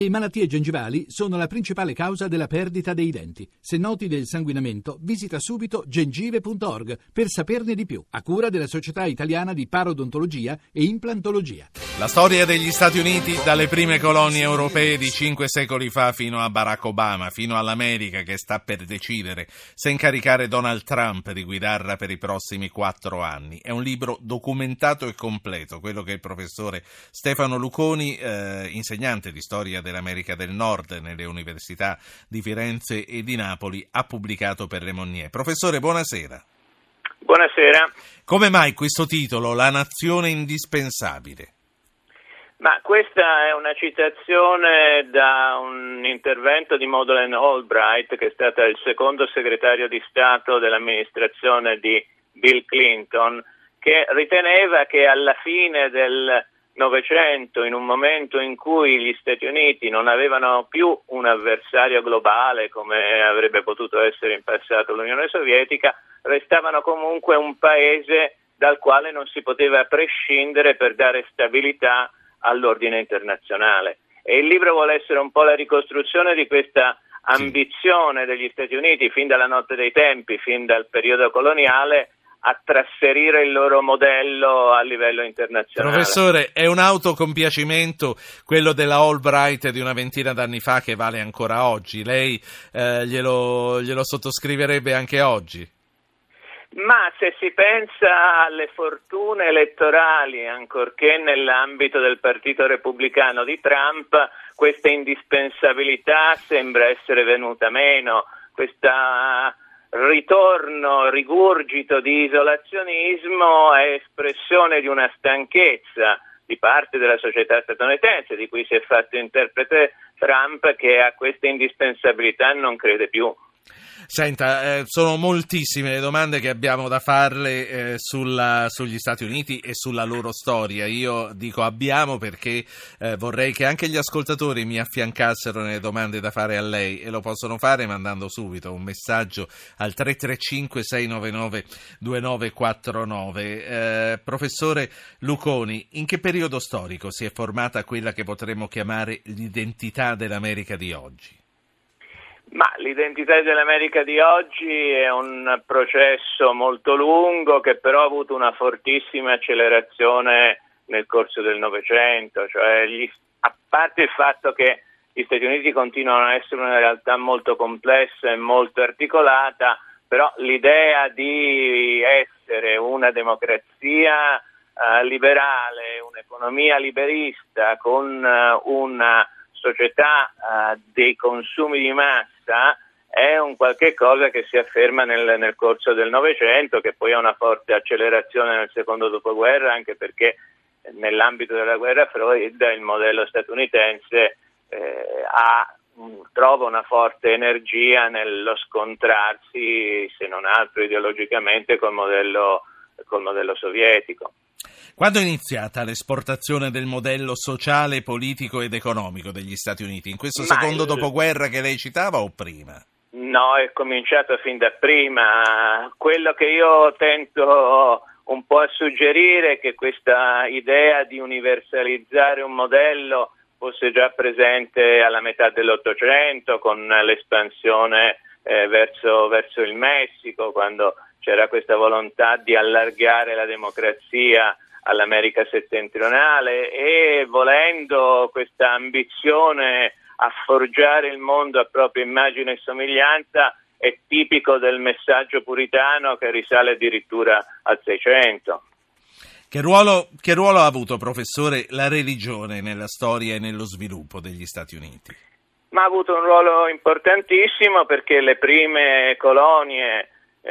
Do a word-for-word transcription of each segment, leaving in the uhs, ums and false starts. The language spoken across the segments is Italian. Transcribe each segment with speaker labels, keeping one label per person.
Speaker 1: Le malattie gengivali sono la principale causa della perdita dei denti. Se noti del sanguinamento, visita subito gengive punto org per saperne di più, a cura della Società Italiana di Parodontologia e Implantologia.
Speaker 2: La storia degli Stati Uniti, dalle prime colonie europee di cinque secoli fa fino a Barack Obama, fino all'America che sta per decidere se incaricare Donald Trump di guidarla per i prossimi quattro anni. È un libro documentato e completo, quello che il professore Stefano Luconi, eh, insegnante di storia dell'America del Nord nelle università di Firenze e di Napoli, ha pubblicato per Le Monnier. Professore, buonasera.
Speaker 3: Buonasera.
Speaker 2: Come mai questo titolo, La nazione indispensabile?
Speaker 3: Ma questa è una citazione da un intervento di Madeleine Albright, che è stata il secondo segretario di Stato dell'amministrazione di Bill Clinton, che riteneva che alla fine del Novecento, in un momento in cui gli Stati Uniti non avevano più un avversario globale come avrebbe potuto essere in passato l'Unione Sovietica, restavano comunque un paese dal quale non si poteva prescindere per dare stabilità all'ordine internazionale. E il libro vuole essere un po' la ricostruzione di questa ambizione degli Stati Uniti fin dalla notte dei tempi, fin dal periodo coloniale, a trasferire il loro modello a livello internazionale.
Speaker 2: Professore, è un autocompiacimento quello della Albright di una ventina d'anni fa che vale ancora oggi. Lei eh, glielo, glielo sottoscriverebbe anche oggi?
Speaker 3: Ma se si pensa alle fortune elettorali, ancorché nell'ambito del Partito Repubblicano di Trump, questa indispensabilità sembra essere venuta meno, questa ritorno, rigurgito di isolazionismo è espressione di una stanchezza di parte della società statunitense, di cui si è fatto interprete Trump, che a questa indispensabilità non crede più.
Speaker 2: Senta, eh, sono moltissime le domande che abbiamo da farle eh, sulla, sugli Stati Uniti e sulla loro storia. Io dico abbiamo perché eh, vorrei che anche gli ascoltatori mi affiancassero nelle domande da fare a lei, e lo possono fare mandando subito un messaggio al tre tre cinque sei nove nove due nove quattro nove. Eh, professore Luconi, in che periodo storico si è formata quella che potremmo chiamare l'identità dell'America di oggi?
Speaker 3: Ma l'identità dell'America di oggi è un processo molto lungo che però ha avuto una fortissima accelerazione nel corso del Novecento, cioè gli, a parte il fatto che gli Stati Uniti continuano a essere una realtà molto complessa e molto articolata, però l'idea di essere una democrazia uh, liberale, un'economia liberista con uh, una società uh, dei consumi di massa è un qualche cosa che si afferma nel, nel corso del Novecento, che poi ha una forte accelerazione nel secondo dopoguerra, anche perché nell'ambito della guerra fredda il modello statunitense eh, ha, trova una forte energia nello scontrarsi, se non altro ideologicamente, col modello, col modello sovietico.
Speaker 2: Quando è iniziata l'esportazione del modello sociale, politico ed economico degli Stati Uniti? In questo Ma secondo il... dopoguerra che lei citava o prima?
Speaker 3: No, è cominciato fin da prima. Quello che io tento un po' a suggerire è che questa idea di universalizzare un modello fosse già presente alla metà dell'Ottocento, con l'espansione eh, verso, verso il Messico, quando c'era questa volontà di allargare la democrazia all'America settentrionale, e volendo questa ambizione a forgiare il mondo a propria immagine e somiglianza è tipico del messaggio puritano che risale addirittura al Seicento.
Speaker 2: Che ruolo, che ruolo ha avuto, professore, la religione nella storia e nello sviluppo degli Stati Uniti?
Speaker 3: Ma ha avuto un ruolo importantissimo, perché le prime colonie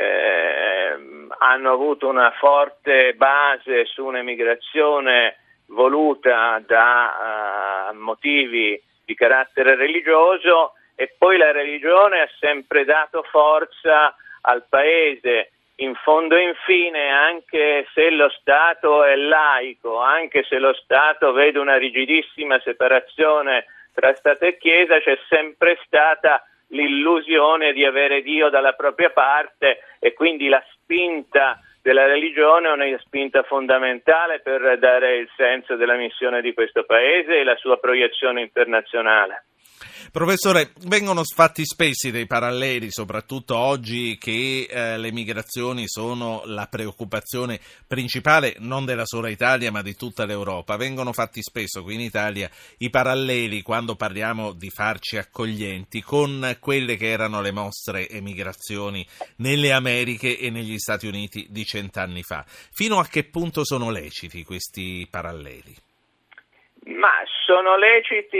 Speaker 3: Eh, hanno avuto una forte base su un'emigrazione voluta da uh, motivi di carattere religioso, e poi la religione ha sempre dato forza al paese. In fondo e infine, anche se lo Stato è laico, anche se lo Stato vede una rigidissima separazione tra Stato e Chiesa, c'è sempre stata l'illusione di avere Dio dalla propria parte, e quindi la spinta della religione è una spinta fondamentale per dare il senso della missione di questo paese e la sua proiezione internazionale.
Speaker 2: Professore, vengono fatti spessi dei paralleli, soprattutto oggi che eh, le migrazioni sono la preoccupazione principale non della sola Italia ma di tutta l'Europa. Vengono fatti spesso qui in Italia i paralleli quando parliamo di farci accoglienti con quelle che erano le nostre emigrazioni nelle Americhe e negli Stati Uniti di cent'anni fa. Fino a che punto sono leciti questi paralleli?
Speaker 3: Ma sono leciti,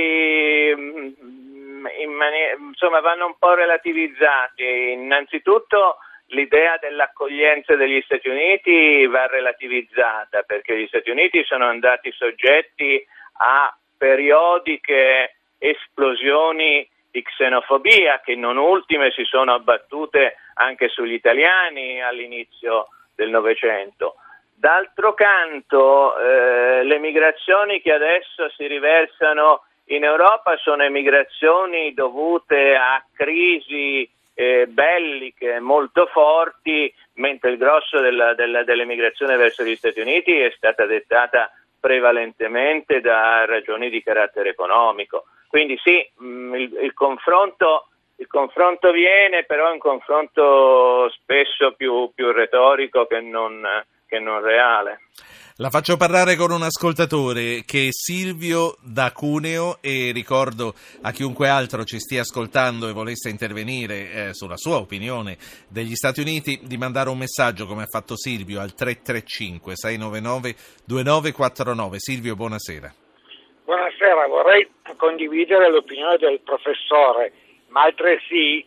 Speaker 3: in maniera, insomma, vanno un po' relativizzati. Innanzitutto l'idea dell'accoglienza degli Stati Uniti va relativizzata, perché gli Stati Uniti sono andati soggetti a periodiche esplosioni di xenofobia che non ultime si sono abbattute anche sugli italiani all'inizio del Novecento. D'altro canto, eh, le migrazioni che adesso si riversano in Europa sono emigrazioni dovute a crisi eh, belliche molto forti, mentre il grosso della, della, dell'emigrazione verso gli Stati Uniti è stata dettata prevalentemente da ragioni di carattere economico. Quindi sì, mh, il, il confronto il confronto viene, però è un confronto spesso più, più retorico che non che non reale.
Speaker 2: La faccio parlare con un ascoltatore che è Silvio da Cuneo e ricordo a chiunque altro ci stia ascoltando e volesse intervenire eh, sulla sua opinione degli Stati Uniti di mandare un messaggio come ha fatto Silvio al tre tre cinque sei nove nove due nove quattro nove. Silvio, buonasera.
Speaker 4: Buonasera, vorrei condividere l'opinione del professore, ma altresì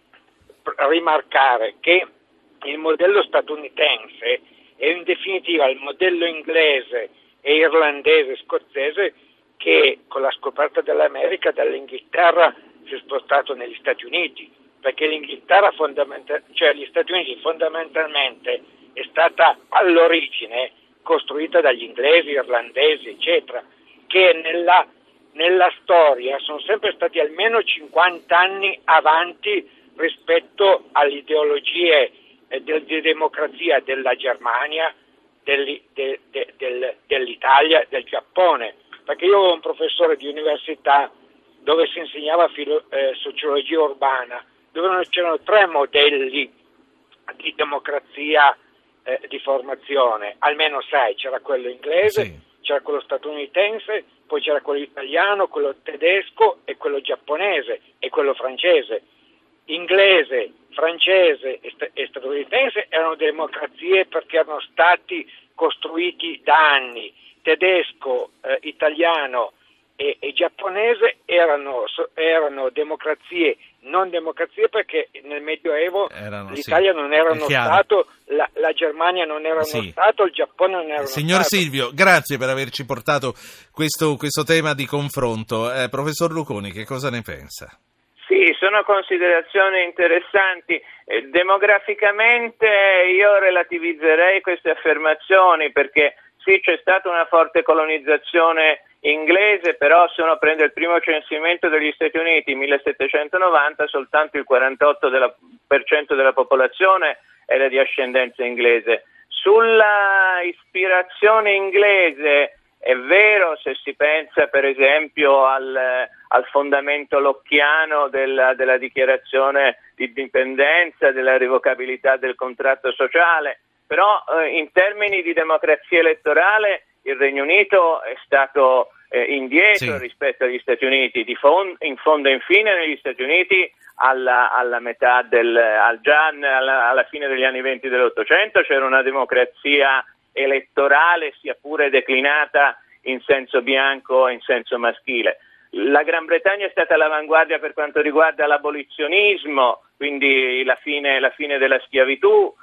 Speaker 4: rimarcare che il modello statunitense è in definitiva il modello inglese e irlandese, scozzese, che con la scoperta dell'America dall'Inghilterra si è spostato negli Stati Uniti, perché l'Inghilterra fondamental- cioè gli Stati Uniti fondamentalmente è stata all'origine costruita dagli inglesi, irlandesi, eccetera, che nella, nella storia sono sempre stati almeno cinquanta anni avanti rispetto alle ideologie di democrazia della Germania, del, de, de, del, dell'Italia, del Giappone, perché io ero un professore di università dove si insegnava filo, eh, sociologia urbana, dove c'erano tre modelli di democrazia eh, di formazione, almeno sei, c'era quello inglese, sì. C'era quello statunitense, poi c'era quello italiano, quello tedesco e quello giapponese e quello francese. Inglese, francese e statunitense erano democrazie perché erano stati costruiti da anni. Tedesco, eh, italiano e, e giapponese erano, erano democrazie, non democrazie perché nel Medioevo erano, l'Italia sì, non era uno Stato, la, la Germania non era uno sì. Stato, il Giappone non era uno
Speaker 2: Signor
Speaker 4: Stato.
Speaker 2: Silvio, grazie per averci portato questo, questo tema di confronto. Eh, professor Luconi, che cosa ne pensa?
Speaker 3: Sì, sono considerazioni interessanti. Eh, demograficamente io relativizzerei queste affermazioni perché sì, c'è stata una forte colonizzazione inglese, però se uno prende il primo censimento degli Stati Uniti, millesettecentonovanta, soltanto il quarantotto per cento della popolazione era di ascendenza inglese. Sulla ispirazione inglese è vero se si pensa per esempio al, al fondamento locchiano della, della dichiarazione di indipendenza, della revocabilità del contratto sociale, però eh, in termini di democrazia elettorale il Regno Unito è stato eh, indietro sì. rispetto agli Stati Uniti. Di fond- in fondo e infine negli Stati Uniti alla, alla metà del, al già alla, alla fine degli anni venti dell'Ottocento c'era una democrazia elettorale sia pure declinata in senso bianco o in senso maschile. La Gran Bretagna è stata all'avanguardia per quanto riguarda l'abolizionismo, quindi la fine, la fine della schiavitù.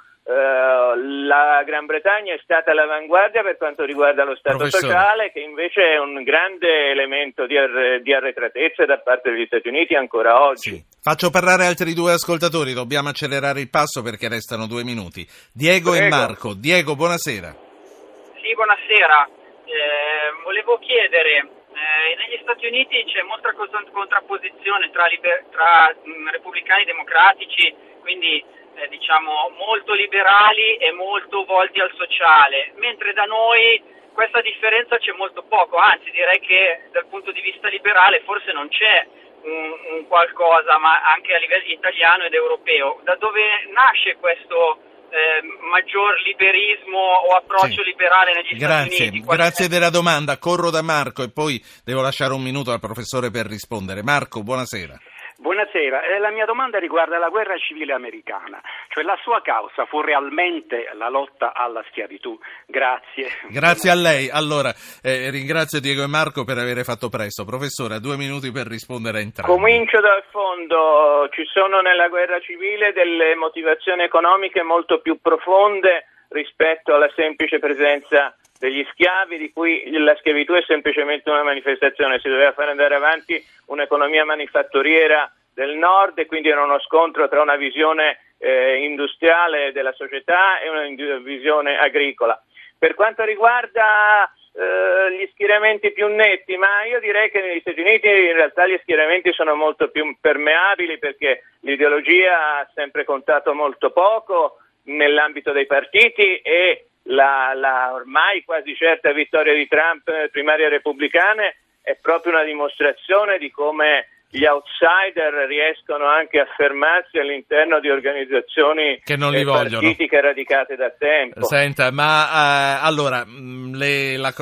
Speaker 3: Uh, la Gran Bretagna è stata all'avanguardia per quanto riguarda lo Stato Professore. sociale, che invece è un grande elemento di, ar- di arretratezza da parte degli Stati Uniti ancora oggi.
Speaker 2: Sì. Faccio parlare altri due ascoltatori, dobbiamo accelerare il passo perché restano due minuti. Diego Prego. e Marco. Diego, buonasera.
Speaker 5: Sì, buonasera. Eh, volevo chiedere, eh, negli Stati Uniti c'è molta contrapposizione tra, liber- tra mh, repubblicani democratici, quindi eh, diciamo molto liberali e molto volti al sociale, mentre da noi questa differenza c'è molto poco, anzi direi che dal punto di vista liberale forse non c'è un, un qualcosa, ma anche a livello italiano ed europeo. Da dove nasce questo eh, maggior liberismo o approccio sì. liberale negli
Speaker 2: grazie,
Speaker 5: Stati Uniti?
Speaker 2: Grazie della domanda, corro da Marco e poi devo lasciare un minuto al professore per rispondere. Marco, buonasera.
Speaker 6: Buonasera, eh, la mia domanda riguarda la guerra civile americana, cioè la sua causa fu realmente la lotta alla schiavitù. Grazie.
Speaker 2: Grazie a lei. Allora, eh, ringrazio Diego e Marco per aver fatto presto. Professore, due minuti per rispondere a entrambi.
Speaker 3: Comincio dal fondo. Ci sono nella guerra civile delle motivazioni economiche molto più profonde rispetto alla semplice presenza degli schiavi, di cui la schiavitù è semplicemente una manifestazione. Si doveva fare andare avanti un'economia manifatturiera del nord e quindi era uno scontro tra una visione eh, industriale della società e una visione agricola. Per quanto riguarda eh, gli schieramenti più netti, ma io direi che negli Stati Uniti in realtà gli schieramenti sono molto più permeabili, perché l'ideologia ha sempre contato molto poco nell'ambito dei partiti e La, la ormai quasi certa vittoria di Trump nelle primarie repubblicane è proprio una dimostrazione di come gli outsider riescono anche a affermarsi all'interno di organizzazioni
Speaker 2: che non li vogliono,
Speaker 3: partitiche radicate da tempo.
Speaker 2: Senta, ma eh, allora le, la,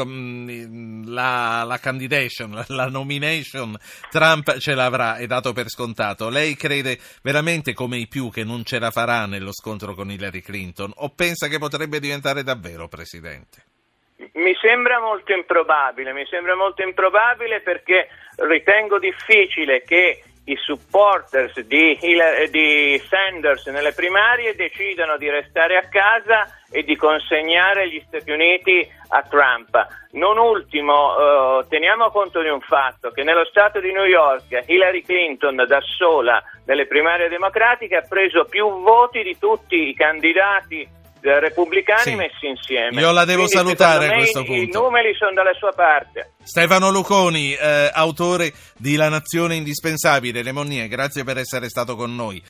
Speaker 2: la, la candidation, la, la nomination Trump ce l'avrà, è dato per scontato. Lei crede veramente come i più che non ce la farà nello scontro con Hillary Clinton o pensa che potrebbe diventare davvero presidente?
Speaker 3: Mi sembra molto improbabile, mi sembra molto improbabile perché ritengo difficile che i supporters di, Hillary, di Sanders nelle primarie decidano di restare a casa e di consegnare gli Stati Uniti a Trump. Non ultimo, eh, teniamo conto di un fatto, che nello stato di New York Hillary Clinton da sola nelle primarie democratiche ha preso più voti di tutti i candidati repubblicani sì. messi insieme.
Speaker 2: Io la devo
Speaker 3: Quindi,
Speaker 2: salutare a
Speaker 3: me,
Speaker 2: questo
Speaker 3: i,
Speaker 2: punto.
Speaker 3: I numeri sono dalla sua parte.
Speaker 2: Stefano Luconi, eh, autore di La Nazione Indispensabile, Le Monnie, grazie per essere stato con noi.